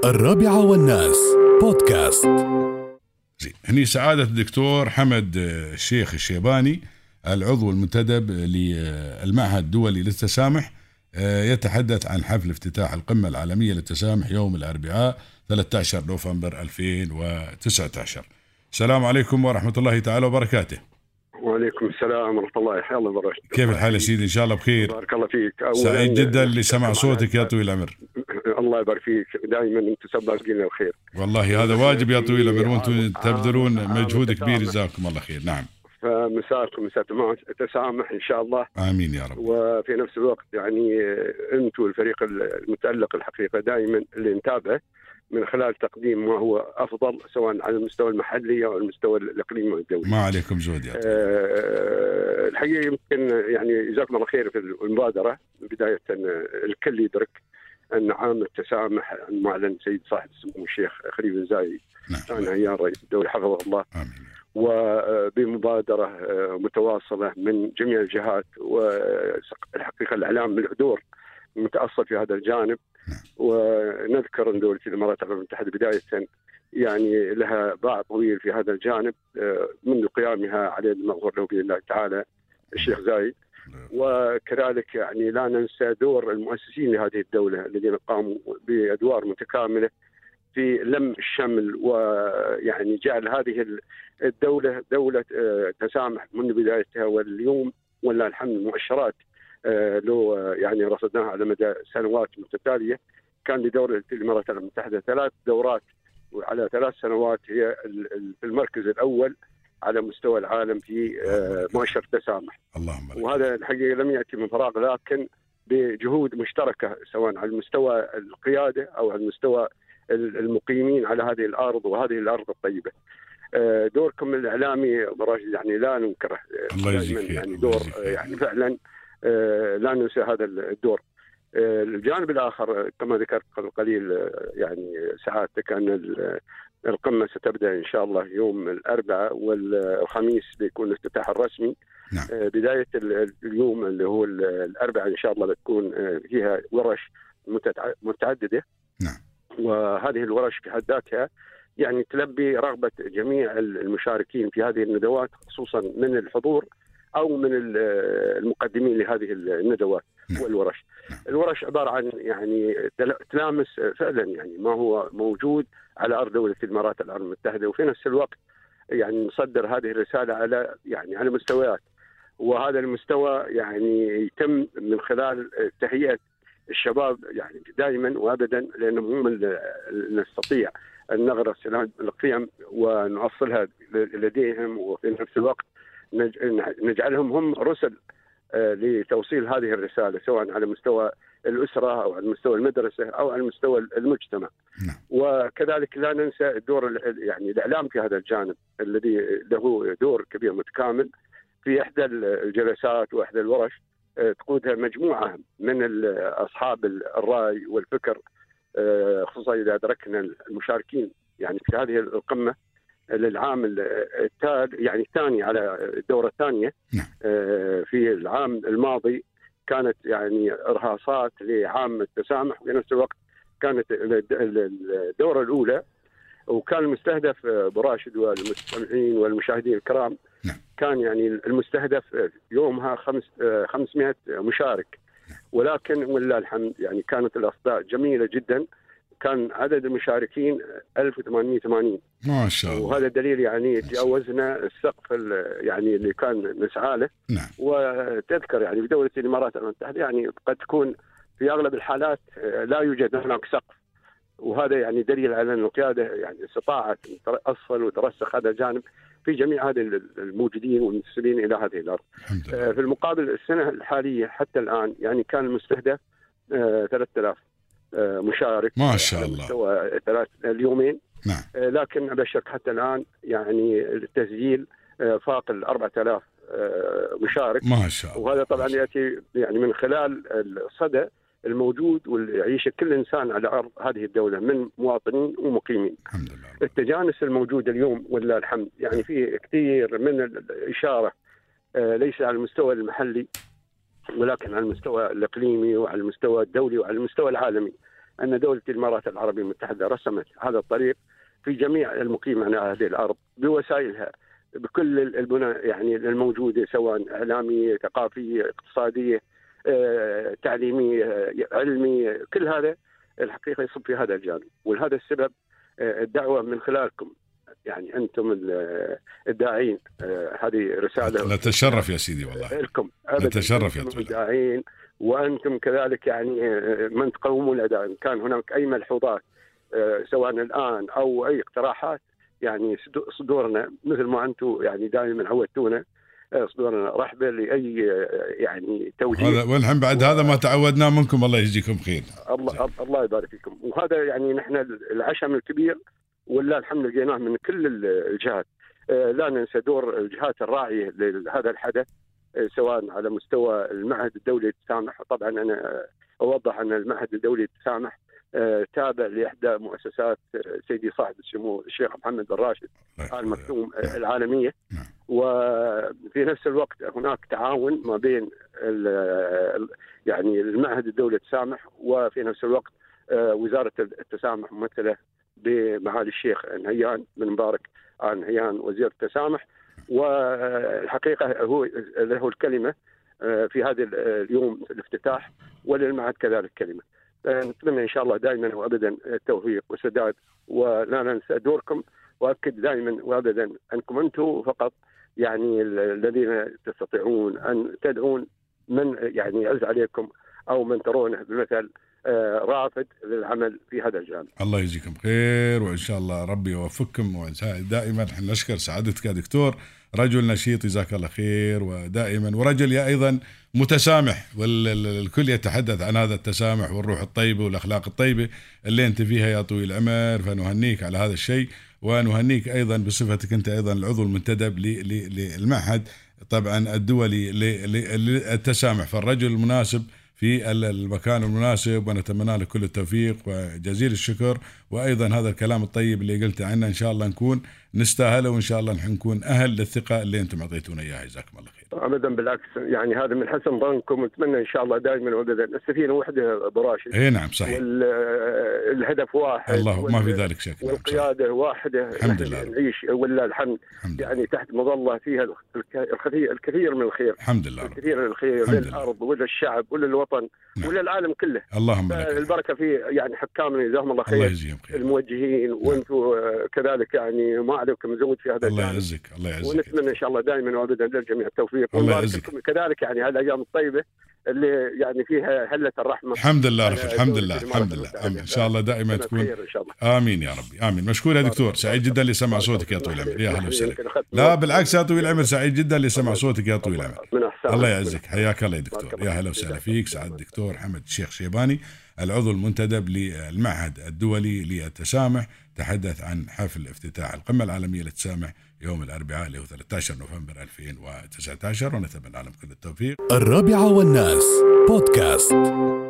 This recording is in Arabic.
الرابعة بودكاست. هني سعادة الدكتور حمد الشيخ الشيباني، العضو المنتدب للمعهد الدولي للتسامح، يتحدث عن حفل افتتاح القمة العالمية للتسامح يوم الأربعاء 13 نوفمبر 2019. السلام عليكم ورحمة الله تعالى وبركاته. وعليكم السلام ورحمة الله. حيا الله وبركاته. كيف الحال يا سيدي؟ إن شاء الله بخير. بارك الله فيك. سعيد جدا لسمع صوتك يا طويل العمر. الله يبارك فيك، دائما انتم سباقين الخير. والله هذا واجب يا طويل العمر، وانتم تبذلون مجهود كبير، جزاكم الله خير. نعم، فمساكم مساء تسامح ان شاء الله. امين يا رب. وفي نفس الوقت يعني انتم الفريق المتألق الحقيقة دائما اللي نتابعه من خلال تقديم ما هو افضل، سواء على المستوى المحلي او المستوى الاقليمي والدولي. ما عليكم زود يا الحقيقه يمكن يعني جزاكم الله خير في المبادره. بدايه الكل يدرك ان عام التسامح المعلن سيد صاحب السمو الشيخ خليفه بن زايد كان عيان رئيس الدوله حفظه الله. امين. وبمبادره متواصله من جميع الجهات، والحقيقه الاعلام بالحضور متأصل في هذا الجانب. ونذكر أن دولة الإمارات العربية المتحدة بداية يعني لها باع طويل في هذا الجانب منذ قيامها على المغفور له بإذن الله تعالى الشيخ زايد. وكذلك يعني لا ننسى دور المؤسسين لهذه الدولة الذين قاموا بأدوار متكاملة في لم الشمل، ويعني جعل هذه الدولة دولة تسامح منذ بدايتها. واليوم ولله الحمد مؤشرات لو يعني رصدناها على مدى سنوات متتالية. كان لدولة الإمارات المتحدة 3 دورات وعلى 3 سنوات هي في المركز الأول على مستوى العالم في مؤشر التسامح. اللهم. وهذا الحقيقة لم يأتي من فراغ، لكن بجهود مشتركة سواء على المستوى القيادة أو على المستوى المقيمين على هذه الأرض وهذه الأرض الطيبة. دوركم الإعلامي راشد يعني لا ننكره، يعني دور يعني فعلا لا ننسى هذا الدور. الجانب الآخر كما ذكرت قبل قليل يعني سعادتك أن القمة ستبدأ إن شاء الله يوم الأربعاء، والخميس بيكون الافتتاح الرسمي. نعم. بداية اليوم اللي هو الأربعاء إن شاء الله بتكون فيها ورش متعددة. نعم. وهذه الورش في حد ذاتها يعني تلبي رغبة جميع المشاركين في هذه الندوات، خصوصا من الحضور أو من المقدمين لهذه الندوات والورش. الورش عبارة عن يعني تلامس فعلا يعني ما هو موجود على أرض دولة الإمارات العربية المتحدة، وفي نفس الوقت يعني نصدر هذه الرسالة على يعني على مستويات. وهذا المستوى يعني يتم من خلال تهيئة الشباب يعني دائما وأبدا، لأنهم هم نستطيع أن نغرس القيم ونوصلها لديهم، وفي نفس الوقت نجعلهم هم رسل لتوصيل هذه الرسالة سواء على مستوى الأسرة أو على مستوى المدرسة أو على مستوى المجتمع. وكذلك لا ننسى الدور يعني الإعلام في هذا الجانب الذي له دور كبير متكامل. في إحدى الجلسات وإحدى الورش تقودها مجموعة من أصحاب الرأي والفكر، خصوصا إذا أدركنا المشاركين يعني في هذه القمة للعام يعني الثاني على الدورة الثانية. في العام الماضي كانت يعني إرهاصات لعام التسامح، وفي نفس الوقت كانت الدورة الأولى، وكان المستهدف براشد والمستمعين والمشاهدين الكرام كان يعني المستهدف يومها 500 مشارك، ولكن ولله الحمد يعني كانت الأصداء جميلة جدا. كان عدد المشاركين 1880 ما شاء الله، وهذا دليل يعني تجاوزنا السقف يعني اللي كان نسعى له. نعم. وتذكر يعني في دولة الإمارات المتحدة يعني قد تكون في أغلب الحالات لا يوجد هناك سقف، وهذا يعني دليل على أن القيادة يعني استطاعت تأصل وترسخ هذا الجانب في جميع هذه الموجودين والمنتسبين إلى هذه الأرض. في المقابل السنة الحالية حتى الآن يعني كان المستهدف 3000 مشارك ما شاء الله مستوى 3 اليومين. نعم. لكن أبشرك حتى الآن يعني التسجيل فاق 4000 مشارك ما شاء الله. وهذا طبعا يأتي يعني من خلال الصدى الموجود والعيش كل إنسان على أرض هذه الدولة من مواطنين ومقيمين. الحمد لله. التجانس الموجود اليوم ولله الحمد يعني فيه كثير من الإشارة ليس على المستوى المحلي ولكن على المستوى الإقليمي وعلى المستوى الدولي وعلى المستوى العالمي. أن دولة الإمارات العربية المتحدة رسمت هذا الطريق في جميع المقيم على هذه الأرض بوسائلها، بكل البنى يعني الموجودة، سواء إعلامية، ثقافية، اقتصادية، تعليمية، علمي، كل هذا الحقيقة يصب في هذا الجانب. ولهذا السبب الدعوة من خلالكم، يعني أنتم الداعين، هذه رسالة نتشرف يا سيدي والله لكم، نتشرف يا طويل الداعين، وأنتم كذلك يعني من تقومون الأداء. إن كان هناك أي ملحوظات سواء الآن أو أي اقتراحات، يعني صدورنا مثل ما أنتم يعني دائما عودتونا، صدورنا رحبة لأي يعني توجيه. هذا والحين بعد هذا ما تعودنا منكم، الله يجزيكم خير. الله يبارك فيكم. وهذا يعني نحن العشم الكبير والله الحمد لقيناه من كل الجهات. لا ننسى دور الجهات الراعية لهذا الحدث، سواء على مستوى المعهد الدولي للتسامح. طبعا أنا أوضح أن المعهد الدولي للتسامح تابع لإحدى مؤسسات سيدي صاحب السمو الشيخ محمد بن راشد آل مكتوم العالمية، وفي نفس الوقت هناك تعاون ما بين يعني المعهد الدولي للتسامح وفي نفس الوقت وزارة التسامح ممثلة بمعالي الشيخ نهيان بن مبارك آل نهيان وزير التسامح. والحقيقة هو له الكلمة في هذا اليوم الافتتاح، وللمعهد كذلك كلمة. نتمنى إن شاء الله دائما وأبدا التوفيق والسداد، ولا ننسى دوركم، وأكد دائما وأبدا أنكم أنتم فقط يعني الذين تستطيعون أن تدعون من يعني يعز عليكم أو من ترونه بمثل رافد للعمل في هذا الجانب. الله يجزيكم خير، وإن شاء الله ربي يوفقكم دائما. نحن نشكر سعادتك يا دكتور، رجل نشيط جزاك الله خير، ودائما ورجل أيضا متسامح، والكل يتحدث عن هذا التسامح والروح الطيبة والأخلاق الطيبة اللي أنت فيها يا طويل العمر، فنهنيك على هذا الشيء، ونهنيك أيضا بصفتك أنت أيضا العضو المنتدب للمعهد طبعا الدولي للتسامح، فالرجل المناسب في المكان المناسب، ونتمنى لك كل التوفيق وجزيل الشكر. وأيضا هذا الكلام الطيب اللي قلت عنه إن شاء الله نكون نستاهله، وإن شاء الله نكون أهل للثقة اللي أنتم أعطيتونا إياها. جزاكم الله خير. أبدا بالعكس، يعني هذا من حسن ظنكم، ونتمنى إن شاء الله دائما وأبدا السفينة وحدة براشد. إيه نعم صحيح. والهدف واحد. الله ما في ذلك شك. والقيادة واحدة. الحمد لله. نعيش ولا الحمد يعني تحت مظلة فيها الكثير من الخير. الحمد لله. الكثير من الخير للأرض وللشعب وللوطن وللعالم كله. اللهم لك البركة في يعني حكامنا جزاهم الله خير. الله يجزيهم خير. الموجهين وانتم كذلك يعني ما عليكم زود في هذا. الله يعزك. الله يعزك. ونتمنى ان شاء الله دائما وابدا للجميع التوفيق. الله يعزك. كذلك يعني هالايام الطيبه اللي يعني فيها هله الرحمه. الحمد لله رب الحمد لله الحمد لله. ان شاء الله دائما تكون إن شاء الله. امين يا ربي امين. مشكور يا دكتور، سعيد جدا لسمع صوتك يا طويل العمر. يا هلا وسهلا. لا بالعكس يا طويل العمر، سعيد جدا لسمع صوتك يا طويل العمر. الله يعزك، حياك الله يا دكتور. يا هلا وسهلا فيك. سعد الدكتور حمد الشيخ شيباني، العضو المنتدب للمعهد الدولي للتسامح، تحدث عن حفل افتتاح القمة العالمية للتسامح يوم الأربعاء اللي هو 13 نوفمبر 2019، ونتمنى لهم كل التوفيق. 4 والناس بودكاست.